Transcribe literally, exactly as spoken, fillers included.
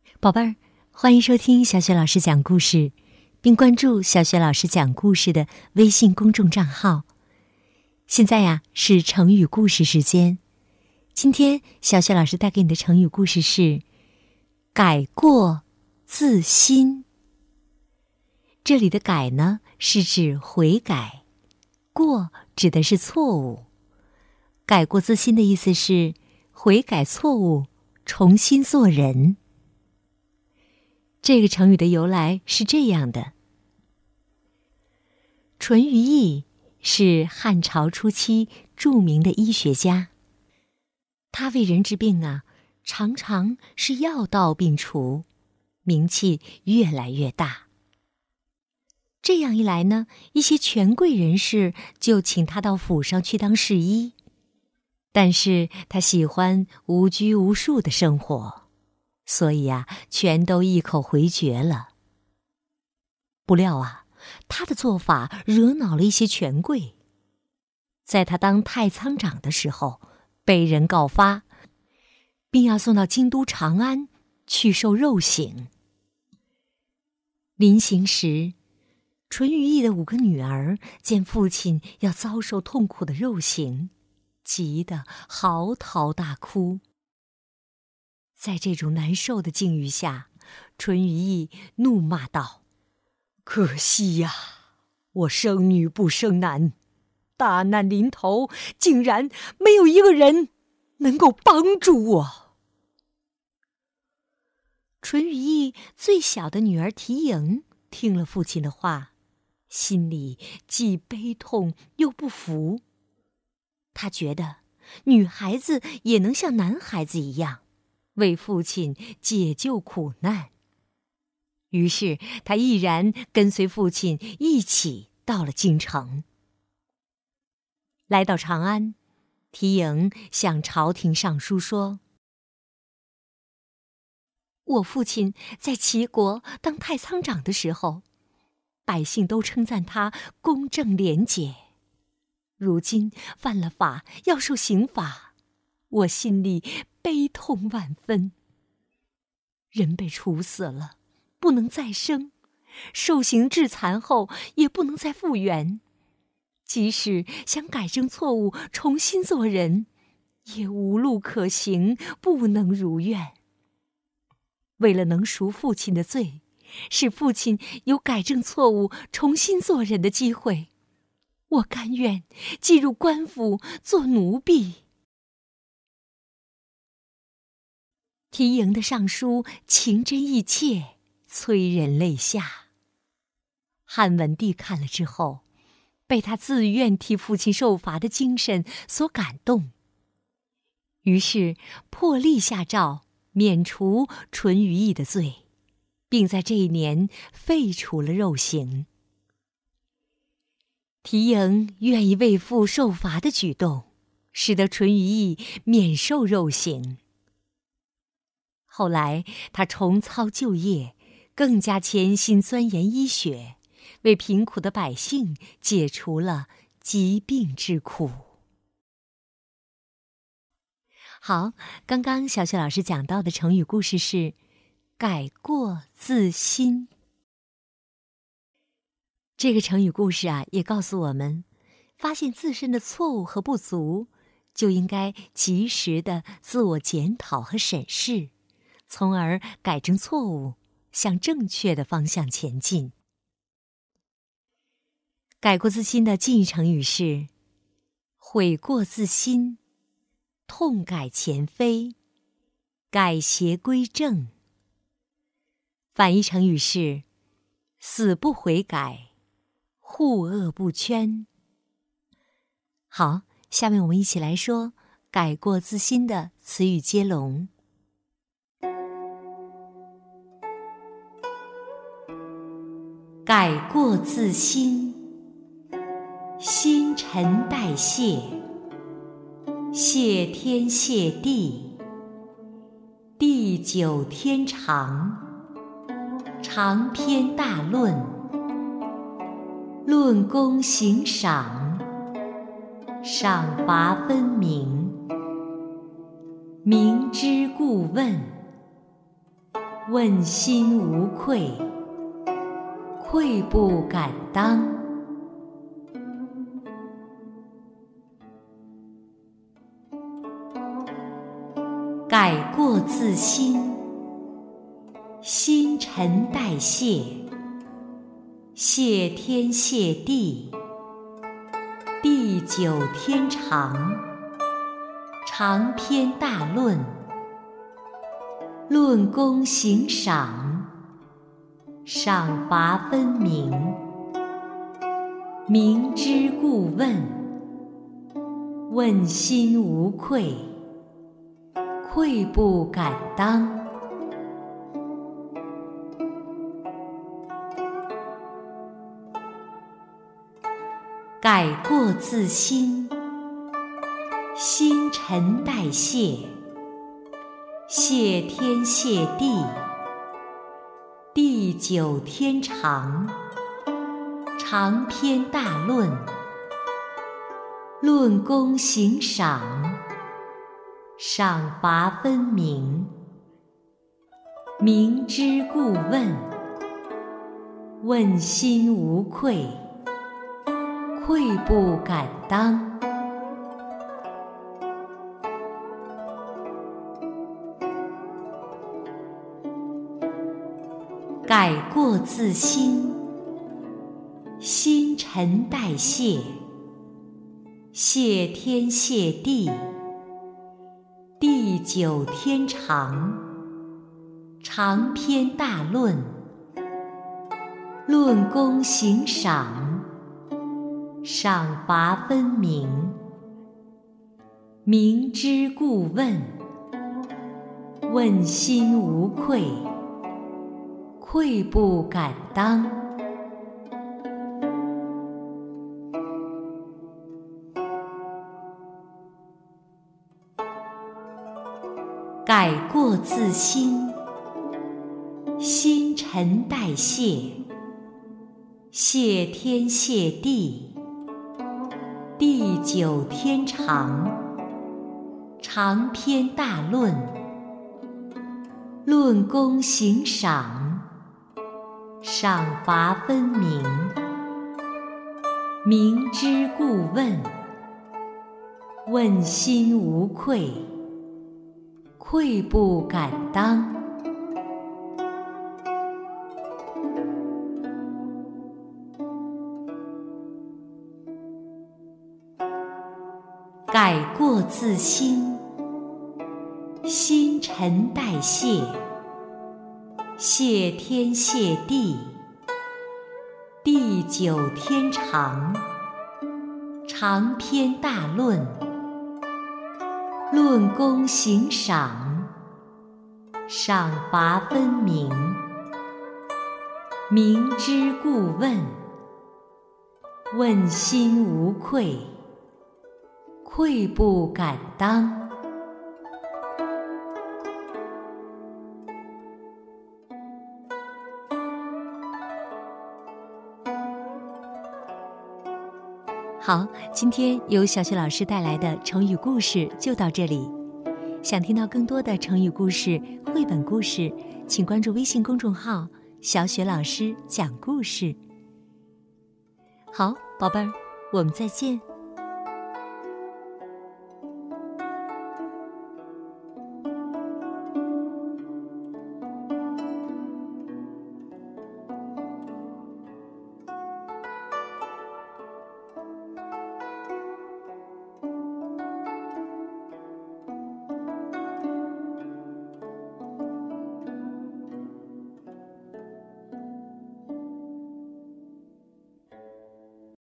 宝贝儿，欢迎收听小雪老师讲故事，并关注小雪老师讲故事的微信公众账号。现在呀，是成语故事时间。今天小雪老师带给你的成语故事是改过自新。这里的改呢，是指悔改，过指的是错误。改过自新的意思是悔改错误，重新做人。这个成语的由来是这样的：淳于意是汉朝初期著名的医学家，他为人治病啊，常常是药到病除，名气越来越大。这样一来呢，一些权贵人士就请他到府上去当侍医，但是他喜欢无拘无束的生活，所以啊，全都一口回绝了。不料啊，他的做法惹恼了一些权贵，在他当太仓长的时候，被人告发，并要送到京都长安去受肉刑。临行时，淳于意的五个女儿见父亲要遭受痛苦的肉刑，急得嚎啕大哭。在这种难受的境遇下，淳于意怒骂道：可惜呀，我生女不生男，大难临头，竟然没有一个人能够帮助我。淳于意最小的女儿缇萦听了父亲的话，心里既悲痛又不服。她觉得女孩子也能像男孩子一样，为父亲解救苦难。于是他毅然跟随父亲一起到了京城。来到长安，缇萦向朝廷上书说：我父亲在齐国当太仓长的时候，百姓都称赞他公正廉洁，如今犯了法要受刑罚，我心里悲痛万分。人被处死了，不能再生，受刑致残后也不能再复原，即使想改正错误，重新做人，也无路可行，不能如愿。为了能赎父亲的罪，使父亲有改正错误、重新做人的机会，我甘愿进入官府做奴婢。缇萦的上书情真意切，催人泪下。汉文帝看了之后，被他自愿替父亲受罚的精神所感动，于是破例下诏免除淳于意的罪，并在这一年废除了肉刑。缇萦愿意为父受罚的举动，使得淳于意免受肉刑。后来他重操旧业，更加潜心钻研医学，为贫苦的百姓解除了疾病之苦。好，刚刚小雪老师讲到的成语故事是改过自新。这个成语故事啊，也告诉我们，发现自身的错误和不足，就应该及时的自我检讨和审视，从而改正错误，向正确的方向前进。改过自新的近义成语是悔过自新、痛改前非、改邪归正。反义成语是死不悔改、护恶不圈。好，下面我们一起来说改过自新的词语接龙。改过自新，新陈代谢，谢天谢地，地久天长，长篇大论，论功行赏，赏罚分明，明知故问， 问心无愧，愧不敢当。改过自新，新陈代谢，谢天谢地，地久天长，长篇大论，论功行赏，赏罚分明，明知故问，问心无愧，愧不敢当。改过自新，新陈代谢，谢天谢地，地久天长，长篇大论，论功行赏，赏罚分明，明知故问，问心无愧，愧不敢当。改过自新，新陈代谢，谢天谢地，地久天长，长篇大论，论功行赏，赏罚分明，明知故问，问心无愧，愧不敢当。改过自新，新陈代谢，谢天谢地，地久天长，长篇大论，论功行赏，赏罚分明，明知故问，问心无愧，愧不敢当。改过自新，新陈代谢，谢天谢地，地久天长，长篇大论，论功行赏，赏罚分明，明知故问，问心无愧，愧不敢当。好，今天由小雪老师带来的成语故事就到这里。想听到更多的成语故事、绘本故事，请关注微信公众号“小雪老师讲故事”。好，宝贝儿，我们再见。